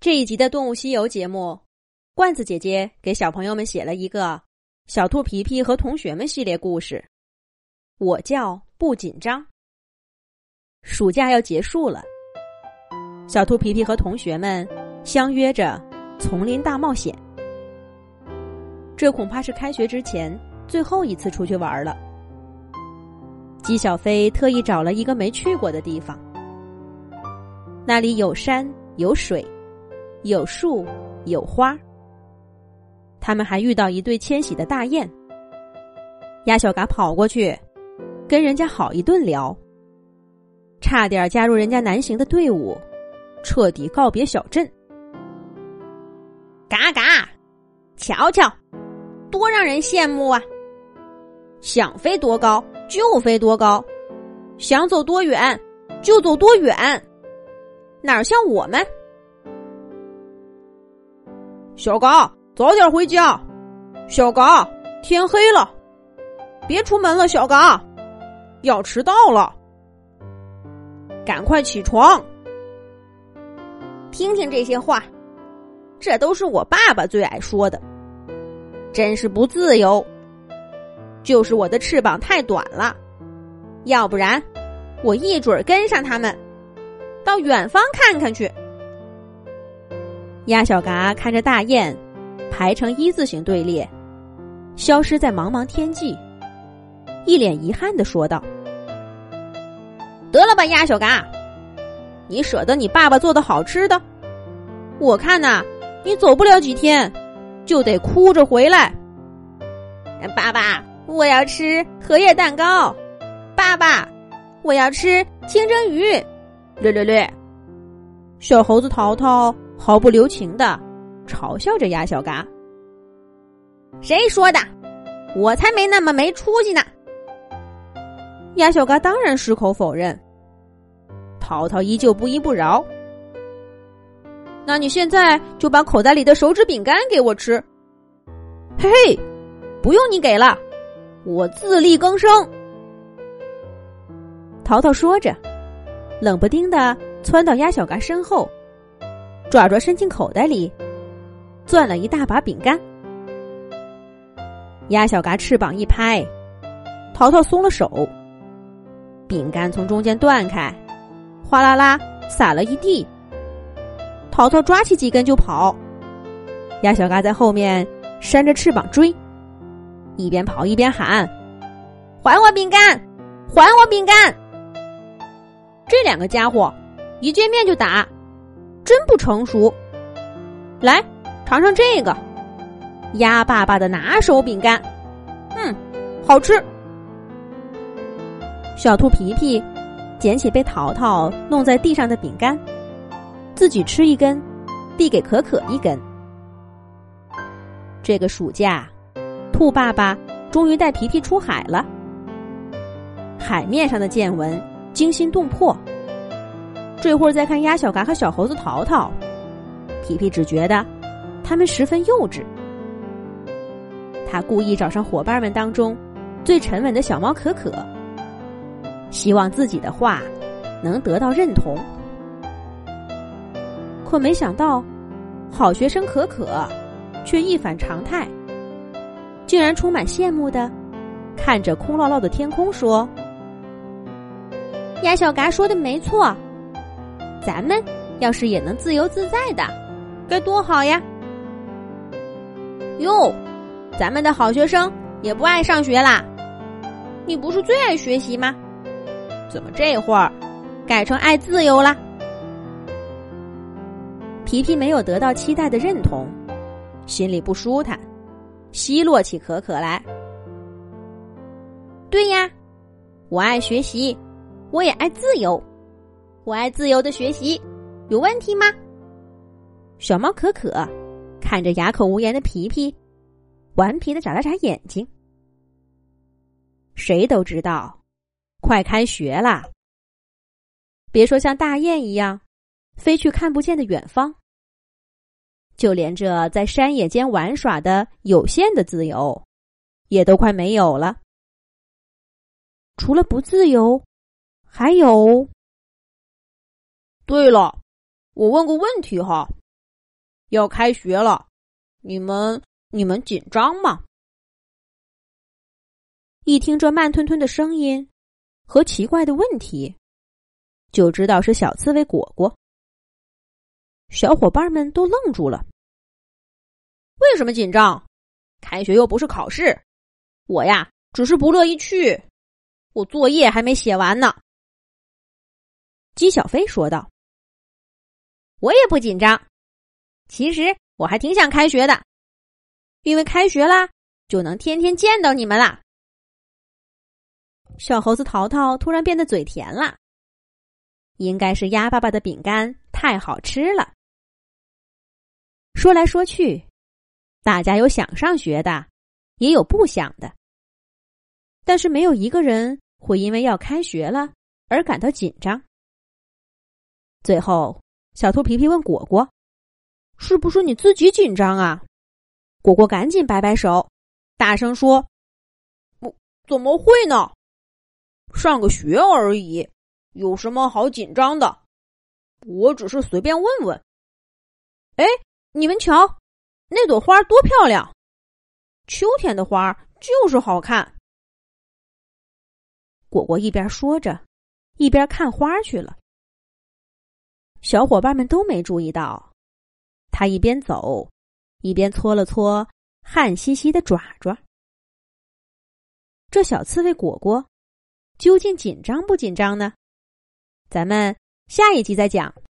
这一集的《动物西游》节目，罐子姐姐给小朋友们写了一个小兔皮皮和同学们系列故事，我叫不紧张。暑假要结束了，小兔皮皮和同学们相约着丛林大冒险。这恐怕是开学之前最后一次出去玩了。姬小飞特意找了一个没去过的地方，那里有山有水，有树有花。他们还遇到一对迁徙的大雁，鸭小嘎跑过去跟人家好一顿聊，差点加入人家南行的队伍，彻底告别小镇。 嘎嘎，瞧瞧，多让人羡慕啊！想飞多高就飞多高，想走多远就走多远，哪像我们？ 小嘎，早点回家。小嘎，天黑了，别出门了。小嘎，要迟到了，赶快起床。 听听这些话，这都是我爸爸最爱说的。真是不自由，就是我的翅膀太短了，要不然我一准跟上他们，到远方看看去。 鸭小嘎看着大雁排成一字形队列，消失在茫茫天际，一脸遗憾地说道： 得了吧，鸭小嘎，你舍得你爸爸做的好吃的？我看呐，你走不了几天就得哭着回来。爸爸，我要吃荷叶蛋糕。爸爸，我要吃清蒸鱼。略略略。 小猴子淘淘毫不留情地嘲笑着鸭小嘎。 谁说的？我才没那么没出息呢。 鸭小嘎当然矢口否认。淘淘依旧不依不饶。那你现在就把口袋里的手指饼干给我吃。 嘿嘿，不用你给了，我自力更生。 淘淘说着，冷不丁地窜到鸭小嘎身后，爪爪伸进口袋里，攥了一大把饼干。鸭小嘎翅膀一拍，淘淘松了手，饼干从中间断开，哗啦啦撒了一地。淘淘抓起几根就跑，鸭小嘎在后面扇着翅膀追，一边跑一边喊： 还我饼干，还我饼干！ 这两个家伙一见面就打，真不成熟。来，尝尝这个鸭爸爸的拿手饼干，好吃。小兔皮皮捡起被淘淘弄在地上的饼干，自己吃一根，递给可可一根。这个暑假，兔爸爸终于带皮皮出海了。海面上的见闻惊心动魄。这会儿再看鸭小嘎和小猴子淘淘，皮皮只觉得他们十分幼稚。他故意找上伙伴们当中最沉稳的小猫可可，希望自己的话能得到认同。可没想到，好学生可可却一反常态，竟然充满羡慕的看着空落落的天空说： 鸭小嘎说的没错，咱们要是也能自由自在的，该多好呀！哟，咱们的好学生也不爱上学啦？你不是最爱学习吗？怎么这会儿改成爱自由啦？ 皮皮没有得到期待的认同，心里不舒坦，奚落起可可来。 对呀，我爱学习，我也爱自由，我爱自由的学习，有问题吗？ 小猫可可看着哑口无言的皮皮，顽皮地眨了眨眼睛。谁都知道，快开学啦！别说像大雁一样飞去看不见的远方，就连这在山野间玩耍的有限的自由，也都快没有了。除了不自由，还有…… 对了，我问个问题哈， 要开学了，你们紧张吗？” 一听这慢吞吞的声音和奇怪的问题，就知道是小刺猬果果。小伙伴们都愣住了。 为什么紧张？开学又不是考试，我呀只是不乐意去，我作业还没写完呢。 鸡小飞说道：“ 我也不紧张，其实我还挺想开学的，因为开学啦，就能天天见到你们啦。” 小猴子淘淘突然变得嘴甜了，应该是鸭爸爸的饼干太好吃了。说来说去，大家有想上学的，也有不想的，但是没有一个人会因为要开学了而感到紧张。最后，小兔皮皮问果果：“是不是你自己紧张啊？”果果赶紧摆摆手，大声说：“ 怎么会呢？上个学而已，有什么好紧张的？我只是随便问问。哎，你们瞧，那朵花多漂亮！秋天的花就是好看。” 果果一边说着，一边看花去了。小伙伴们都没注意到，他一边走，一边搓了搓汗兮兮的爪爪。这小刺猬果果究竟紧张不紧张呢？咱们下一集再讲。